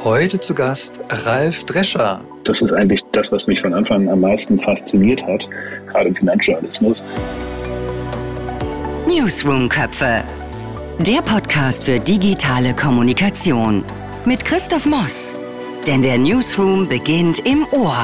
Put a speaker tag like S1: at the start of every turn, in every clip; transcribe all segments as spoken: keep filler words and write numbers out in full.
S1: Heute zu Gast Ralf Drescher.
S2: Das ist eigentlich das, was mich von Anfang an am meisten fasziniert hat, gerade im Finanzjournalismus.
S3: Newsroom-Köpfe, der Podcast für digitale Kommunikation mit Christoph Moss. Denn der Newsroom beginnt im Ohr.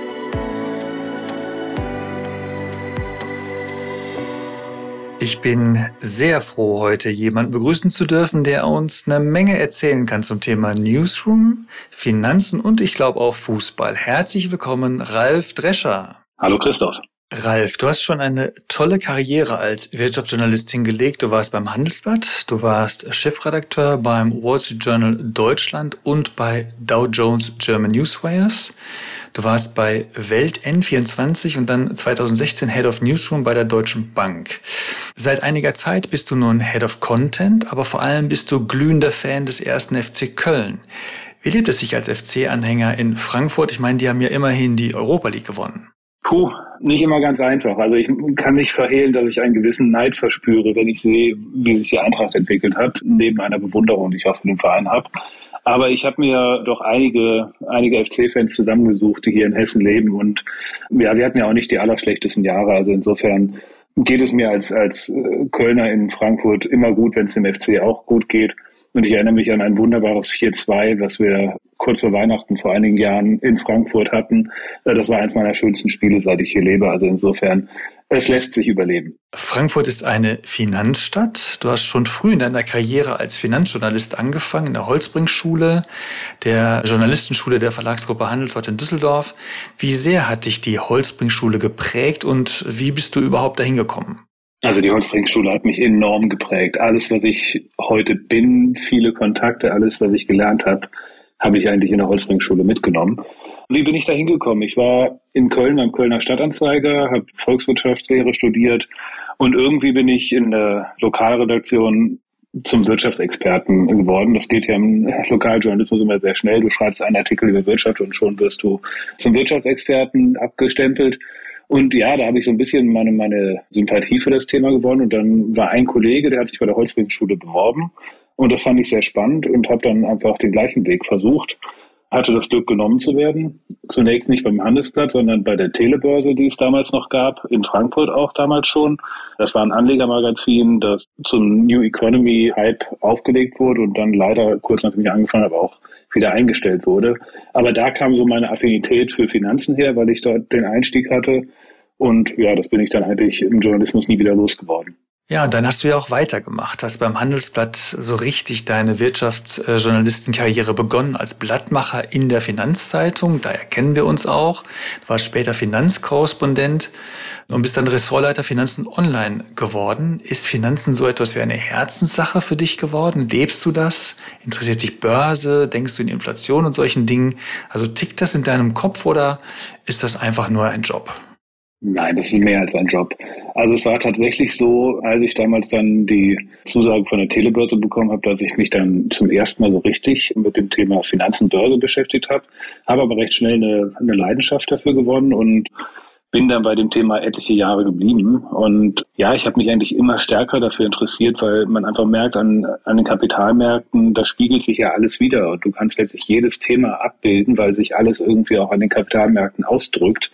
S1: Ich bin sehr froh, heute jemanden begrüßen zu dürfen, der uns eine Menge erzählen kann zum Thema Newsroom, Finanzen und ich glaube auch Fußball. Herzlich willkommen, Ralf Drescher.
S2: Hallo Christoph.
S1: Ralf, du hast schon eine tolle Karriere als Wirtschaftsjournalist hingelegt. Du warst beim Handelsblatt, du warst Chefredakteur beim Wall Street Journal Deutschland und bei Dow Jones German Newswires. Du warst bei Welt N vierundzwanzig und dann zweitausendsechzehn Head of Newsroom bei der Deutschen Bank. Seit einiger Zeit bist du nun Head of Content, aber vor allem bist du glühender Fan des ersten F C Köln. Wie lebt es sich als F C-Anhänger in Frankfurt? Ich meine, die haben ja immerhin die Europa League gewonnen.
S2: Puh, nicht immer ganz einfach. Also ich kann nicht verhehlen, dass ich einen gewissen Neid verspüre, wenn ich sehe, wie sich die Eintracht entwickelt hat, neben einer Bewunderung, die ich auch für den Verein habe. Aber ich habe mir doch einige einige F C-Fans zusammengesucht, die hier in Hessen leben. Und ja, wir hatten ja auch nicht die allerschlechtesten Jahre. Also insofern geht es mir als als Kölner in Frankfurt immer gut, wenn es dem F C auch gut geht. Und ich erinnere mich an ein wunderbares vier zwei, was wir kurz vor Weihnachten vor einigen Jahren in Frankfurt hatten. Das war eins meiner schönsten Spiele, seit ich hier lebe. Also insofern, es lässt sich überleben.
S1: Frankfurt ist eine Finanzstadt. Du hast schon früh in deiner Karriere als Finanzjournalist angefangen, in der Holzbring-Schule, der Journalistenschule der Verlagsgruppe Handelsblatt in Düsseldorf. Wie sehr hat dich die Holzbring-Schule geprägt und wie bist du überhaupt dahin gekommen?
S2: Also die Holzbring-Schule hat mich enorm geprägt. Alles, was ich heute bin, viele Kontakte, alles, was ich gelernt habe, habe ich eigentlich in der Holzbring-Schule mitgenommen. Wie bin ich da hingekommen? Ich war in Köln beim Kölner Stadtanzeiger, habe Volkswirtschaftslehre studiert und irgendwie bin ich in der Lokalredaktion zum Wirtschaftsexperten geworden. Das geht ja im Lokaljournalismus immer sehr schnell. Du schreibst einen Artikel über Wirtschaft und schon wirst du zum Wirtschaftsexperten abgestempelt. Und ja, da habe ich so ein bisschen meine, meine Sympathie für das Thema gewonnen. Und dann war ein Kollege, der hat sich bei der Holzbring-Schule beworben. Und das fand ich sehr spannend und habe dann einfach den gleichen Weg versucht. Hatte das Glück, genommen zu werden. Zunächst nicht beim Handelsblatt, sondern bei der Telebörse, die es damals noch gab, in Frankfurt auch damals schon. Das war ein Anlegermagazin, das zum New Economy Hype aufgelegt wurde und dann leider kurz nachdem ich angefangen habe, auch wieder eingestellt wurde. Aber da kam so meine Affinität für Finanzen her, weil ich dort den Einstieg hatte. Und ja, das bin ich dann eigentlich im Journalismus nie wieder losgeworden.
S1: Ja, und dann hast du ja auch weitergemacht, hast beim Handelsblatt so richtig deine Wirtschaftsjournalistenkarriere begonnen als Blattmacher in der Finanzzeitung. Daher kennen wir uns auch. Du warst später Finanzkorrespondent und bist dann Ressortleiter Finanzen Online geworden. Ist Finanzen so etwas wie eine Herzenssache für dich geworden? Lebst du das? Interessiert dich Börse? Denkst du in Inflation und solchen Dingen? Also tickt das in deinem Kopf oder ist das einfach nur ein Job?
S2: Nein, das ist mehr als ein Job. Also es war tatsächlich so, als ich damals dann die Zusage von der Telebörse bekommen habe, dass ich mich dann zum ersten Mal so richtig mit dem Thema Finanzen, Börse beschäftigt habe, habe aber recht schnell eine, eine Leidenschaft dafür gewonnen und bin dann bei dem Thema etliche Jahre geblieben. Und ja, ich habe mich eigentlich immer stärker dafür interessiert, weil man einfach merkt, an, an den Kapitalmärkten, da spiegelt sich ja alles wieder. Und du kannst letztlich jedes Thema abbilden, weil sich alles irgendwie auch an den Kapitalmärkten ausdrückt.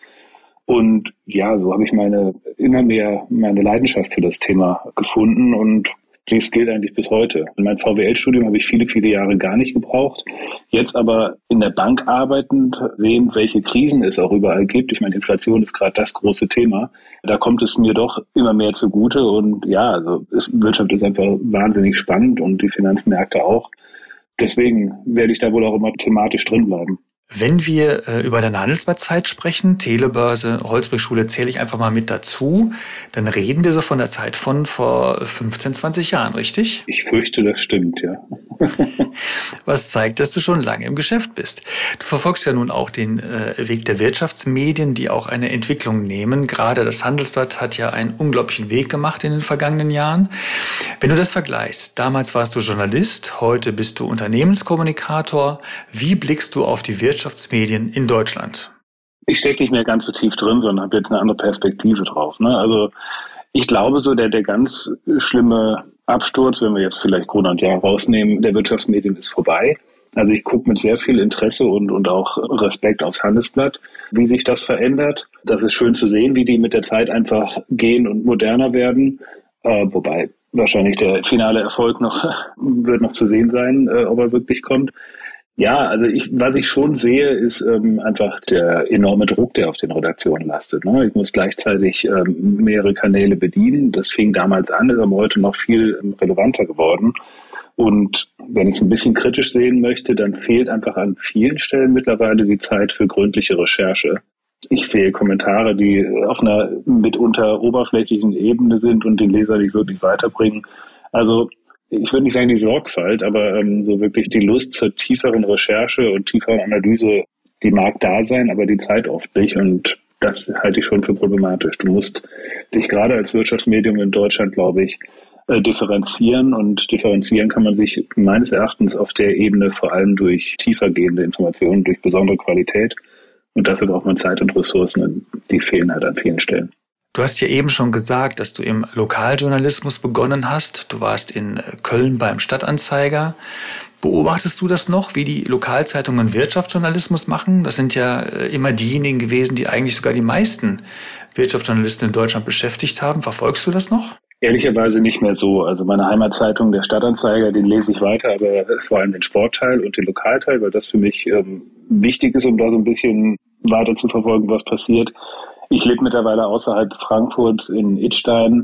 S2: Und ja, so habe ich meine immer mehr meine Leidenschaft für das Thema gefunden und dies gilt eigentlich bis heute. In meinem V W L-Studium habe ich viele, viele Jahre gar nicht gebraucht. Jetzt aber in der Bank arbeitend, sehend, welche Krisen es auch überall gibt. Ich meine, Inflation ist gerade das große Thema. Da kommt es mir doch immer mehr zugute. Und ja, also es, Wirtschaft ist einfach wahnsinnig spannend und die Finanzmärkte auch. Deswegen werde ich da wohl auch immer thematisch drin bleiben.
S1: Wenn wir äh, über deine Handelsblattzeit sprechen, Telebörse, Holzbring-Schule zähle ich einfach mal mit dazu, dann reden wir so von der Zeit von vor fünfzehn, zwanzig Jahren, richtig?
S2: Ich fürchte, das stimmt, ja.
S1: Was zeigt, dass du schon lange im Geschäft bist. Du verfolgst ja nun auch den äh, Weg der Wirtschaftsmedien, die auch eine Entwicklung nehmen. Gerade das Handelsblatt hat ja einen unglaublichen Weg gemacht in den vergangenen Jahren. Wenn du das vergleichst, damals warst du Journalist, heute bist du Unternehmenskommunikator. Wie blickst du auf die Wirtschaftsmedien in Deutschland?
S2: Ich stecke nicht mehr ganz so tief drin, sondern habe jetzt eine andere Perspektive drauf. Ne? Also ich glaube so, der, der ganz schlimme Absturz, wenn wir jetzt vielleicht Corona und Jahr rausnehmen, der Wirtschaftsmedien ist vorbei. Also ich gucke mit sehr viel Interesse und, und auch Respekt aufs Handelsblatt, wie sich das verändert. Das ist schön zu sehen, wie die mit der Zeit einfach gehen und moderner werden. Äh, wobei wahrscheinlich der finale Erfolg noch wird noch zu sehen sein, äh, ob er wirklich kommt. Ja, also ich, was ich schon sehe, ist ähm, einfach der enorme Druck, der auf den Redaktionen lastet. Ne? Ich muss gleichzeitig ähm, mehrere Kanäle bedienen. Das fing damals an, ist aber heute noch viel ähm, relevanter geworden. Und wenn ich es ein bisschen kritisch sehen möchte, dann fehlt einfach an vielen Stellen mittlerweile die Zeit für gründliche Recherche. Ich sehe Kommentare, die auf einer mitunter oberflächlichen Ebene sind und den Leser nicht wirklich weiterbringen. Also ich würde nicht sagen die Sorgfalt, aber ähm, so wirklich die Lust zur tieferen Recherche und tieferen Analyse, die mag da sein, aber die Zeit oft nicht. Und das halte ich schon für problematisch. Du musst dich gerade als Wirtschaftsmedium in Deutschland, glaube ich, äh, differenzieren. Und differenzieren kann man sich meines Erachtens auf der Ebene vor allem durch tiefergehende Informationen, durch besondere Qualität. Und dafür braucht man Zeit und Ressourcen. Und die fehlen halt an vielen Stellen.
S1: Du hast ja eben schon gesagt, dass du im Lokaljournalismus begonnen hast. Du warst in Köln beim Stadtanzeiger. Beobachtest du das noch, wie die Lokalzeitungen Wirtschaftsjournalismus machen? Das sind ja immer diejenigen gewesen, die eigentlich sogar die meisten Wirtschaftsjournalisten in Deutschland beschäftigt haben. Verfolgst du das noch?
S2: Ehrlicherweise nicht mehr so. Also meine Heimatzeitung, der Stadtanzeiger, den lese ich weiter, aber vor allem den Sportteil und den Lokalteil, weil das für mich ähm, wichtig ist, um da so ein bisschen weiter zu verfolgen, was passiert. Ich lebe mittlerweile außerhalb Frankfurts in Idstein.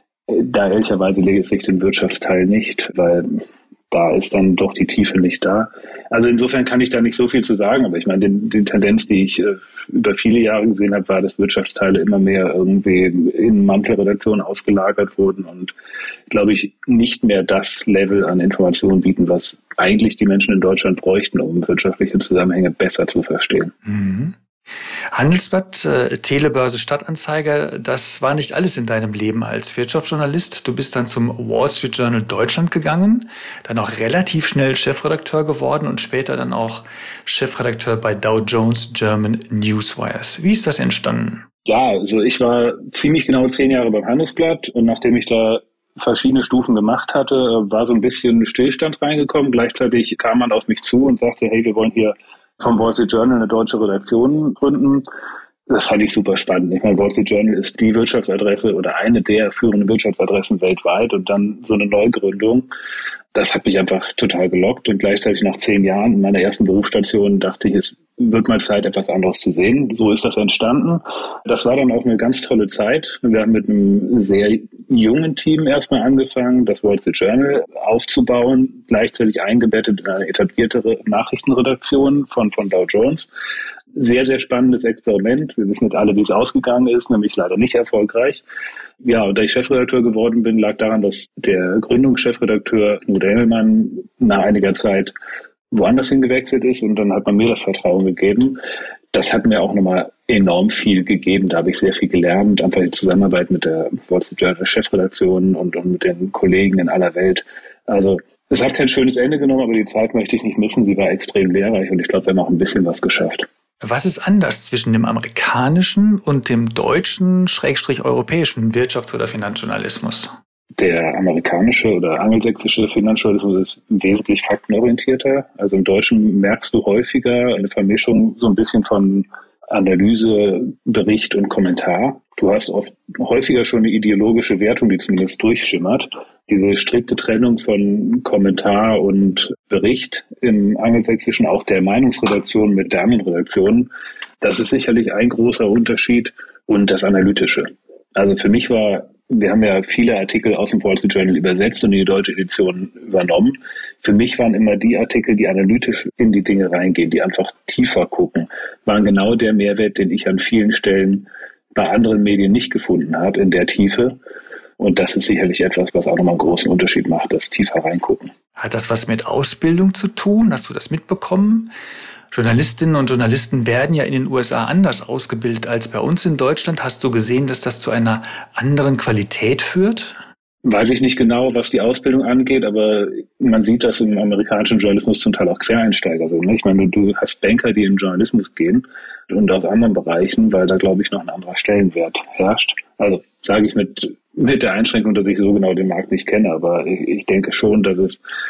S2: Da ehrlicherweise lese ich den Wirtschaftsteil nicht, weil da ist dann doch die Tiefe nicht da. Also insofern kann ich da nicht so viel zu sagen, aber ich meine, die, die Tendenz, die ich äh, über viele Jahre gesehen habe, war, dass Wirtschaftsteile immer mehr irgendwie in Mantelredaktionen ausgelagert wurden und, glaube ich, nicht mehr das Level an Informationen bieten, was eigentlich die Menschen in Deutschland bräuchten, um wirtschaftliche Zusammenhänge besser zu verstehen.
S1: Mhm. Handelsblatt, äh, Telebörse, Stadtanzeiger, das war nicht alles in deinem Leben als Wirtschaftsjournalist. Du bist dann zum Wall Street Journal Deutschland gegangen, dann auch relativ schnell Chefredakteur geworden und später dann auch Chefredakteur bei Dow Jones German Newswires. Wie ist das entstanden?
S2: Ja, also ich war ziemlich genau zehn Jahre beim Handelsblatt und nachdem ich da verschiedene Stufen gemacht hatte, war so ein bisschen Stillstand reingekommen. Gleichzeitig kam man auf mich zu und sagte, hey, wir wollen hier vom Wall Street Journal eine deutsche Redaktion gründen. Das fand ich super spannend. Ich meine, Wall Street Journal ist die Wirtschaftsadresse oder eine der führenden Wirtschaftsadressen weltweit und dann so eine Neugründung. Das hat mich einfach total gelockt und gleichzeitig nach zehn Jahren in meiner ersten Berufsstation dachte ich, es wird mal Zeit, etwas anderes zu sehen. So ist das entstanden. Das war dann auch eine ganz tolle Zeit. Wir haben mit einem sehr jungen Team erstmal angefangen, das Wall Street Journal aufzubauen, gleichzeitig eingebettet in eine etablierte Nachrichtenredaktion von, von Dow Jones. Sehr, sehr spannendes Experiment. Wir wissen jetzt alle, wie es ausgegangen ist, nämlich leider nicht erfolgreich. Ja, und da ich Chefredakteur geworden bin, lag daran, dass der Gründungschefredakteur Knut Engelmann nach einiger Zeit woanders hingewechselt ist und dann hat man mir das Vertrauen gegeben. Das hat mir auch nochmal enorm viel gegeben. Da habe ich sehr viel gelernt, einfach die Zusammenarbeit mit der Wall Street Journal Chefredaktion und, und mit den Kollegen in aller Welt. Also es hat kein schönes Ende genommen, aber die Zeit möchte ich nicht missen. Sie war extrem lehrreich und ich glaube, wir haben auch ein bisschen was geschafft.
S1: Was ist anders zwischen dem amerikanischen und dem deutschen, schrägstrich europäischen Wirtschafts- oder Finanzjournalismus?
S2: Der amerikanische oder angelsächsische Finanzjournalismus ist wesentlich faktenorientierter. Also im Deutschen merkst du häufiger eine Vermischung so ein bisschen von Analyse, Bericht und Kommentar. Du hast oft häufiger schon eine ideologische Wertung, die zumindest durchschimmert. Diese strikte Trennung von Kommentar und Bericht im Angelsächsischen, auch der Meinungsredaktion mit der anderen Redaktion, das ist sicherlich ein großer Unterschied und das Analytische. Also für mich war, wir haben ja viele Artikel aus dem Wall Street Journal übersetzt und in die deutsche Edition übernommen. Für mich waren immer die Artikel, die analytisch in die Dinge reingehen, die einfach tiefer gucken, waren genau der Mehrwert, den ich an vielen Stellen bei anderen Medien nicht gefunden habe, in der Tiefe. Und das ist sicherlich etwas, was auch nochmal einen großen Unterschied macht, das tiefer reingucken.
S1: Hat das was mit Ausbildung zu tun? Hast du das mitbekommen? Journalistinnen und Journalisten werden ja in den U S A anders ausgebildet als bei uns in Deutschland. Hast du gesehen, dass das zu einer anderen Qualität führt?
S2: Weiß ich nicht genau, was die Ausbildung angeht, aber man sieht, dass im amerikanischen Journalismus zum Teil auch Quereinsteiger sind. Ich meine, du hast Banker, die in den Journalismus gehen und aus anderen Bereichen, weil da, glaube ich, noch ein anderer Stellenwert herrscht. Also sage ich mit mit der Einschränkung, dass ich so genau den Markt nicht kenne, aber ich, ich denke schon, dass es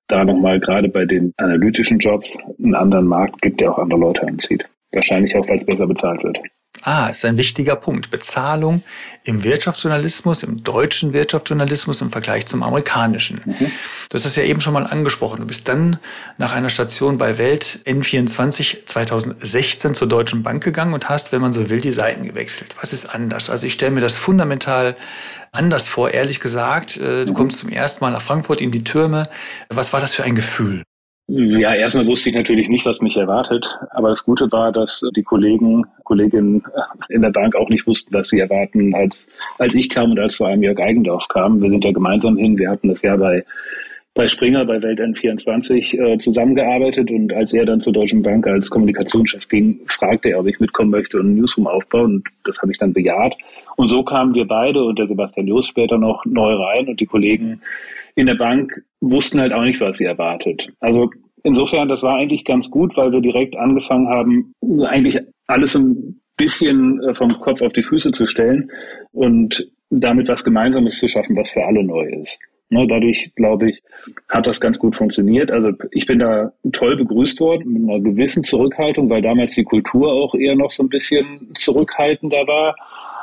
S2: da nochmal gerade bei den analytischen Jobs einen anderen Markt gibt, der auch andere Leute anzieht. Wahrscheinlich auch, weil es besser bezahlt wird.
S1: Ah, ist ein wichtiger Punkt. Bezahlung im Wirtschaftsjournalismus, im deutschen Wirtschaftsjournalismus im Vergleich zum amerikanischen. Mhm. Du hast das ja eben schon mal angesprochen. Du bist dann nach einer Station bei Welt N vierundzwanzig zweitausendsechzehn zur Deutschen Bank gegangen und hast, wenn man so will, die Seiten gewechselt. Was ist anders? Also ich stelle mir das fundamental anders vor, ehrlich gesagt. Du mhm. kommst zum ersten Mal nach Frankfurt in die Türme. Was war das für ein Gefühl?
S2: Ja, erstmal wusste ich natürlich nicht, was mich erwartet. Aber das Gute war, dass die Kollegen, Kolleginnen in der Bank auch nicht wussten, was sie erwarten, als, als ich kam und als vor allem Jörg Eigendorf kam. Wir sind ja gemeinsam hin. Wir hatten das ja bei, bei Springer, bei Welt N vierundzwanzig äh, zusammengearbeitet. Und als er dann zur Deutschen Bank als Kommunikationschef ging, fragte er, ob ich mitkommen möchte und ein Newsroom aufbauen. Und das habe ich dann bejaht. Und so kamen wir beide und der Sebastian Jost später noch neu rein. Und die Kollegen in der Bank wussten halt auch nicht, was sie erwartet. Also insofern, das war eigentlich ganz gut, weil wir direkt angefangen haben, eigentlich alles ein bisschen vom Kopf auf die Füße zu stellen und damit was Gemeinsames zu schaffen, was für alle neu ist. Ne, dadurch, glaube ich, hat das ganz gut funktioniert. Also ich bin da toll begrüßt worden mit einer gewissen Zurückhaltung, weil damals die Kultur auch eher noch so ein bisschen zurückhaltender war.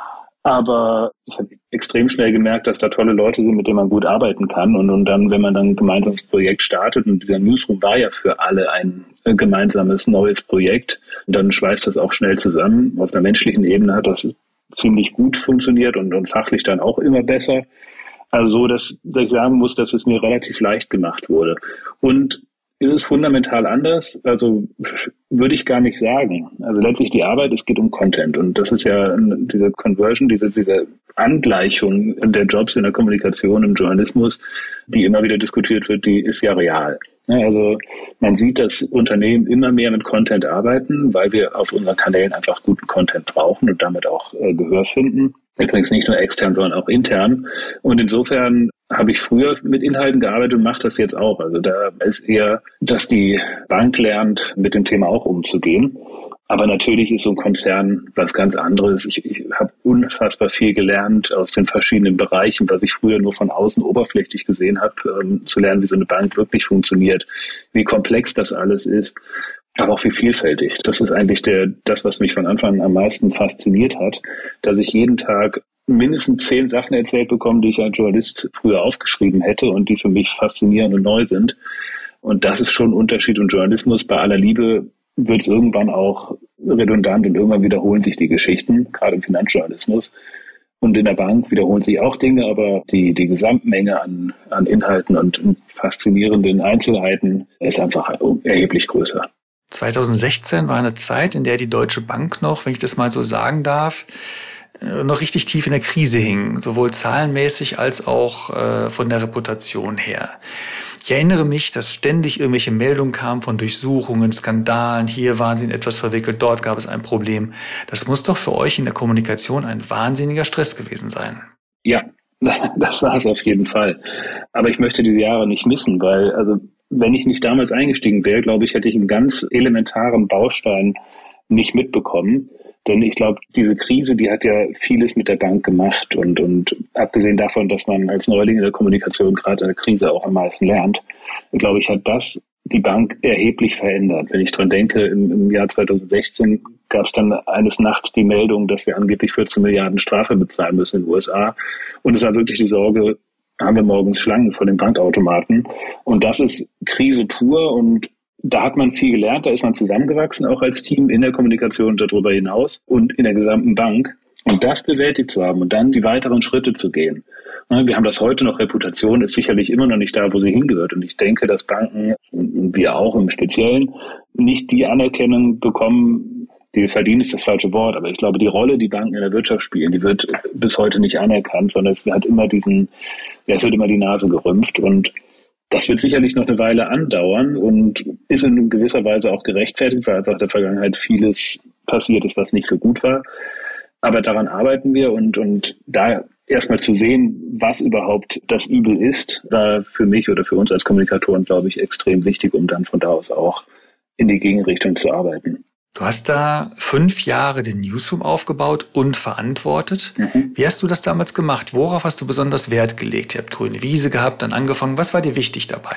S2: Aber ich habe extrem schnell gemerkt, dass da tolle Leute sind, mit denen man gut arbeiten kann. Und, und dann, wenn man dann ein gemeinsames Projekt startet, und dieser Newsroom war ja für alle ein äh, gemeinsames neues Projekt, und dann schweißt das auch schnell zusammen. Auf einer menschlichen Ebene hat das ziemlich gut funktioniert und, und fachlich dann auch immer besser. Also so, dass, dass ich sagen muss, dass es mir relativ leicht gemacht wurde. Und ist es fundamental anders? Also würde ich gar nicht sagen. Also letztlich die Arbeit, es geht um Content. Und das ist ja diese Conversion, diese, diese Angleichung der Jobs in der Kommunikation, im Journalismus, die immer wieder diskutiert wird, die ist ja real. Also man sieht, dass Unternehmen immer mehr mit Content arbeiten, weil wir auf unseren Kanälen einfach guten Content brauchen und damit auch äh, Gehör finden. Übrigens nicht nur extern, sondern auch intern. Und insofern habe ich früher mit Inhalten gearbeitet und mache das jetzt auch. Also da ist eher, dass die Bank lernt, mit dem Thema auch umzugehen. Aber natürlich ist so ein Konzern was ganz anderes. Ich, ich habe unfassbar viel gelernt aus den verschiedenen Bereichen, was ich früher nur von außen oberflächlich gesehen habe, ähm, zu lernen, wie so eine Bank wirklich funktioniert, wie komplex das alles ist, aber auch wie vielfältig. Das ist eigentlich der, das, was mich von Anfang an am meisten fasziniert hat, dass ich jeden Tag mindestens zehn Sachen erzählt bekomme, die ich als Journalist früher aufgeschrieben hätte und die für mich faszinierend und neu sind. Und das ist schon ein Unterschied. Und Journalismus, bei aller Liebe, wird es irgendwann auch redundant und irgendwann wiederholen sich die Geschichten, gerade im Finanzjournalismus. Und in der Bank wiederholen sich auch Dinge, aber die, die Gesamtmenge an, an Inhalten und faszinierenden Einzelheiten ist einfach erheblich größer.
S1: zweitausendsechzehn war eine Zeit, in der die Deutsche Bank noch, wenn ich das mal so sagen darf, noch richtig tief in der Krise hing, sowohl zahlenmäßig als auch äh, von der Reputation her. Ich erinnere mich, dass ständig irgendwelche Meldungen kamen von Durchsuchungen, Skandalen. Hier waren sie in etwas verwickelt, dort gab es ein Problem. Das muss doch für euch in der Kommunikation ein wahnsinniger Stress gewesen sein.
S2: Ja, das war es auf jeden Fall. Aber ich möchte diese Jahre nicht missen, weil also wenn ich nicht damals eingestiegen wäre, glaube ich, hätte ich einen ganz elementaren Baustein nicht mitbekommen. Denn ich glaube, diese Krise, die hat ja vieles mit der Bank gemacht. Und, und abgesehen davon, dass man als Neuling in der Kommunikation gerade in der Krise auch am meisten lernt, glaube ich, hat das die Bank erheblich verändert. Wenn ich dran denke, im, im Jahr zweitausendsechzehn gab es dann eines Nachts die Meldung, dass wir angeblich vierzehn Milliarden Strafe bezahlen müssen in den U S A. Und es war wirklich die Sorge, haben wir morgens Schlangen vor den Bankautomaten. Und das ist Krise pur und da hat man viel gelernt, da ist man zusammengewachsen, auch als Team in der Kommunikation und darüber hinaus und in der gesamten Bank. Und das bewältigt zu haben und dann die weiteren Schritte zu gehen. Wir haben das heute noch, Reputation ist sicherlich immer noch nicht da, wo sie hingehört. Und ich denke, dass Banken, wir auch im Speziellen, nicht die Anerkennung bekommen, die verdienen ist das falsche Wort, aber ich glaube, die Rolle, die Banken in der Wirtschaft spielen, die wird bis heute nicht anerkannt, sondern es hat immer diesen, ja, es wird immer die Nase gerümpft und das wird sicherlich noch eine Weile andauern und ist in gewisser Weise auch gerechtfertigt, weil einfach in der Vergangenheit vieles passiert ist, was nicht so gut war. Aber daran arbeiten wir und, und da erstmal zu sehen, was überhaupt das Übel ist, war für mich oder für uns als Kommunikatoren, glaube ich, extrem wichtig, um dann von da aus auch in die Gegenrichtung zu arbeiten.
S1: Du hast da fünf Jahre den Newsroom aufgebaut und verantwortet. Mhm. Wie hast du das damals gemacht? Worauf hast du besonders Wert gelegt? Ihr habt grüne Wiese gehabt, dann angefangen. Was war dir wichtig dabei?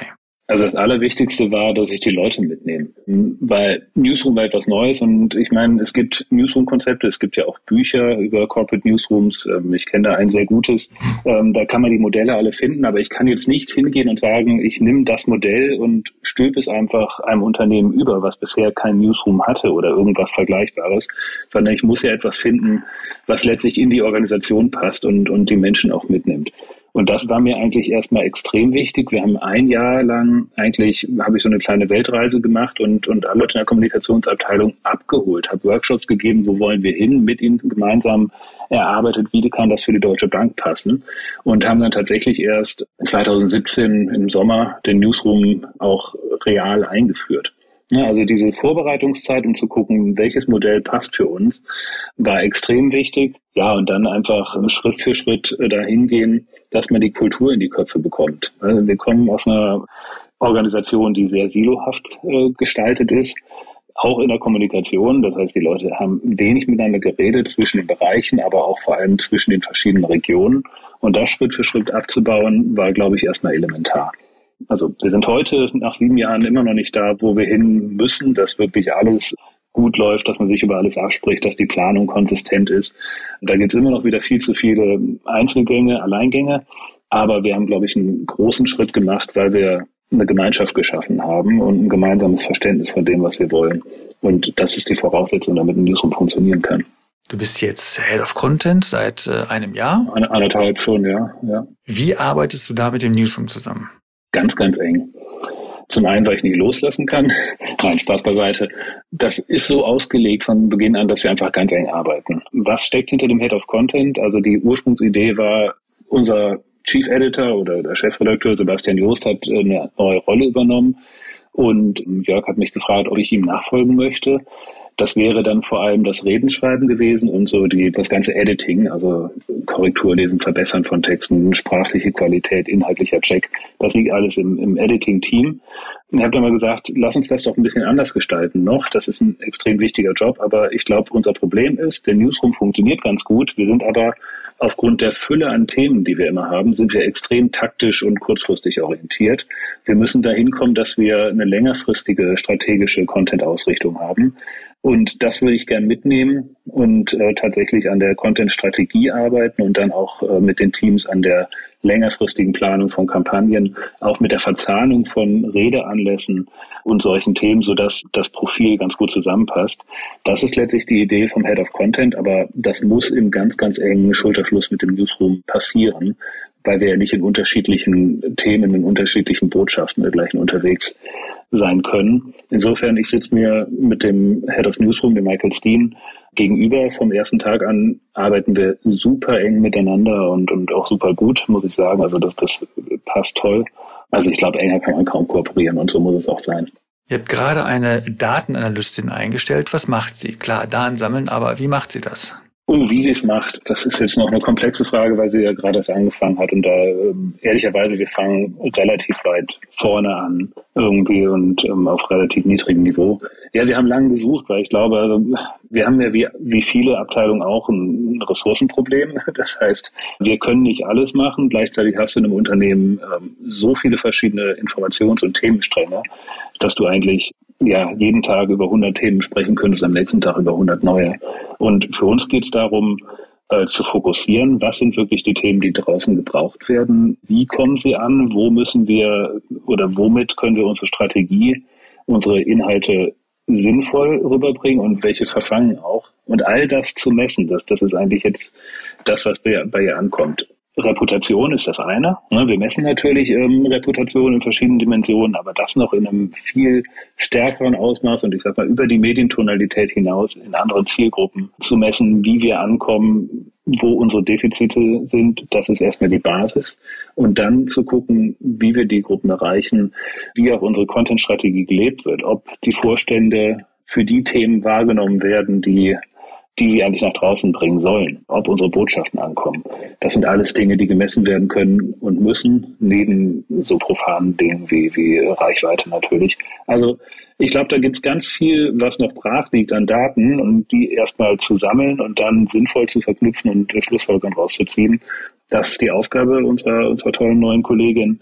S2: Also das Allerwichtigste war, dass ich die Leute mitnehme, weil Newsroom war etwas Neues und ich meine, es gibt Newsroom-Konzepte, es gibt ja auch Bücher über Corporate Newsrooms, ich kenne da ein sehr gutes, da kann man die Modelle alle finden, aber ich kann jetzt nicht hingehen und sagen, ich nehme das Modell und stülpe es einfach einem Unternehmen über, was bisher kein Newsroom hatte oder irgendwas Vergleichbares, sondern ich muss ja etwas finden, was letztlich in die Organisation passt und, und die Menschen auch mitnimmt. Und das war mir eigentlich erstmal extrem wichtig. Wir haben ein Jahr lang eigentlich, habe ich so eine kleine Weltreise gemacht und, und alle Leute in der Kommunikationsabteilung abgeholt, habe Workshops gegeben, wo wollen wir hin, mit ihnen gemeinsam erarbeitet, wie kann das für die Deutsche Bank passen und haben dann tatsächlich erst zwanzig siebzehn im Sommer den Newsroom auch real eingeführt. Ja, also diese Vorbereitungszeit, um zu gucken, welches Modell passt für uns, war extrem wichtig. Ja, und dann einfach Schritt für Schritt dahin gehen, dass man die Kultur in die Köpfe bekommt. Also wir kommen aus einer Organisation, die sehr silohaft äh, gestaltet ist, auch in der Kommunikation. Das heißt, die Leute haben wenig miteinander geredet zwischen den Bereichen, aber auch vor allem zwischen den verschiedenen Regionen. Und das Schritt für Schritt abzubauen, war, glaube ich, erstmal elementar. Also wir sind heute nach sieben Jahren immer noch nicht da, wo wir hin müssen, dass wirklich alles gut läuft, dass man sich über alles abspricht, dass die Planung konsistent ist. Und da gibt es immer noch wieder viel zu viele Einzelgänge, Alleingänge. Aber wir haben, glaube ich, einen großen Schritt gemacht, weil wir eine Gemeinschaft geschaffen haben und ein gemeinsames Verständnis von dem, was wir wollen. Und das ist die Voraussetzung, damit ein Newsroom funktionieren kann.
S1: Du bist jetzt Head of Content seit äh, einem Jahr?
S2: Eine, anderthalb schon, ja, ja.
S1: Wie arbeitest du da mit dem Newsroom zusammen?
S2: Ganz, ganz eng. Zum einen, weil ich nicht loslassen kann. Nein, Spaß beiseite. Das ist so ausgelegt von Beginn an, dass wir einfach ganz eng arbeiten. Was steckt hinter dem Head of Content? Also die Ursprungsidee war, unser Chief Editor oder der Chefredakteur Sebastian Joost hat eine neue Rolle übernommen und Jörg hat mich gefragt, ob ich ihm nachfolgen möchte. Das wäre dann vor allem das Redenschreiben gewesen und so die, das ganze Editing, also Korrektur lesen, Verbessern von Texten, sprachliche Qualität, inhaltlicher Check. Das liegt alles im, im Editing-Team. Und ich habe dann mal gesagt, lass uns das doch ein bisschen anders gestalten noch. Das ist ein extrem wichtiger Job, aber ich glaube, unser Problem ist, der Newsroom funktioniert ganz gut. Wir sind aber aufgrund der Fülle an Themen, die wir immer haben, sind wir extrem taktisch und kurzfristig orientiert. Wir müssen dahin kommen, dass wir eine längerfristige strategische Content-Ausrichtung haben. Und das würde ich gern mitnehmen und äh, tatsächlich an der Content-Strategie arbeiten und dann auch äh, mit den Teams an der längerfristigen Planung von Kampagnen, auch mit der Verzahnung von Redeanlässen und solchen Themen, sodass das Profil ganz gut zusammenpasst. Das ist letztlich die Idee vom Head of Content, aber das muss im ganz, ganz engen Schulterschluss mit dem Newsroom passieren, weil wir ja nicht in unterschiedlichen Themen, in unterschiedlichen Botschaften dergleichen unterwegs sein können. Insofern, ich sitze mir mit dem Head of Newsroom, dem Michael Steen, gegenüber. Vom ersten Tag an arbeiten wir super eng miteinander und, und auch super gut, muss ich sagen. Also das, das passt toll. Also ich glaube, enger kann man kaum kooperieren und so muss es auch sein.
S1: Ihr habt gerade eine Datenanalystin eingestellt. Was macht sie? Klar, Daten sammeln, aber wie macht sie das?
S2: Oh, wie sie es macht, das ist jetzt noch eine komplexe Frage, weil sie ja gerade erst angefangen hat. Und da ähm, ehrlicherweise, wir fangen relativ weit vorne an irgendwie und ähm, auf relativ niedrigem Niveau. Ja, wir haben lange gesucht, weil ich glaube, also, wir haben ja wie, wie viele Abteilungen auch ein Ressourcenproblem. Das heißt, wir können nicht alles machen. Gleichzeitig hast du in einem Unternehmen ähm, so viele verschiedene Informations- und Themenstränge, dass du eigentlich ja jeden Tag über hundert Themen sprechen könntest, am nächsten Tag über hundert neue. Und für uns geht es darum, äh, zu fokussieren, was sind wirklich die Themen, die draußen gebraucht werden, wie kommen sie an, wo müssen wir oder womit können wir unsere Strategie, unsere Inhalte sinnvoll rüberbringen und welche verfangen auch. Und all das zu messen, das, das ist eigentlich jetzt das, was bei, bei ihr ankommt. Reputation ist das eine. Wir messen natürlich ähm, Reputation in verschiedenen Dimensionen, aber das noch in einem viel stärkeren Ausmaß und ich sag mal über die Medientonalität hinaus in anderen Zielgruppen zu messen, wie wir ankommen, wo unsere Defizite sind, das ist erstmal die Basis. Und dann zu gucken, wie wir die Gruppen erreichen, wie auch unsere Content-Strategie gelebt wird, ob die Vorstände für die Themen wahrgenommen werden, die die sie eigentlich nach draußen bringen sollen, ob unsere Botschaften ankommen. Das sind alles Dinge, die gemessen werden können und müssen, neben so profanen Dingen wie, wie Reichweite natürlich. Also ich glaube, da gibt es ganz viel, was noch brach liegt an Daten und die erstmal zu sammeln und dann sinnvoll zu verknüpfen und Schlussfolgerungen rauszuziehen. Das ist die Aufgabe unserer, unserer tollen neuen Kollegin.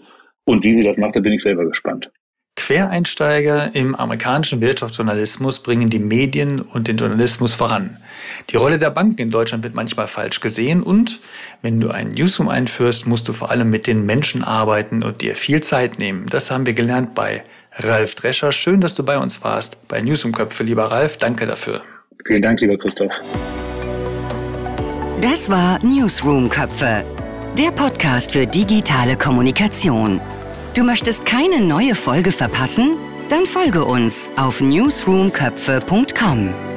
S2: Und wie sie das macht, da bin ich selber gespannt.
S1: Quereinsteiger im amerikanischen Wirtschaftsjournalismus bringen die Medien und den Journalismus voran. Die Rolle der Banken in Deutschland wird manchmal falsch gesehen und wenn du einen Newsroom einführst, musst du vor allem mit den Menschen arbeiten und dir viel Zeit nehmen. Das haben wir gelernt bei Ralf Drescher. Schön, dass du bei uns warst bei Newsroom-Köpfe, lieber Ralf. Danke dafür.
S2: Vielen Dank, lieber Christoph.
S3: Das war Newsroom-Köpfe, der Podcast für digitale Kommunikation. Du möchtest keine neue Folge verpassen? Dann folge uns auf newsroom köpfe punkt com.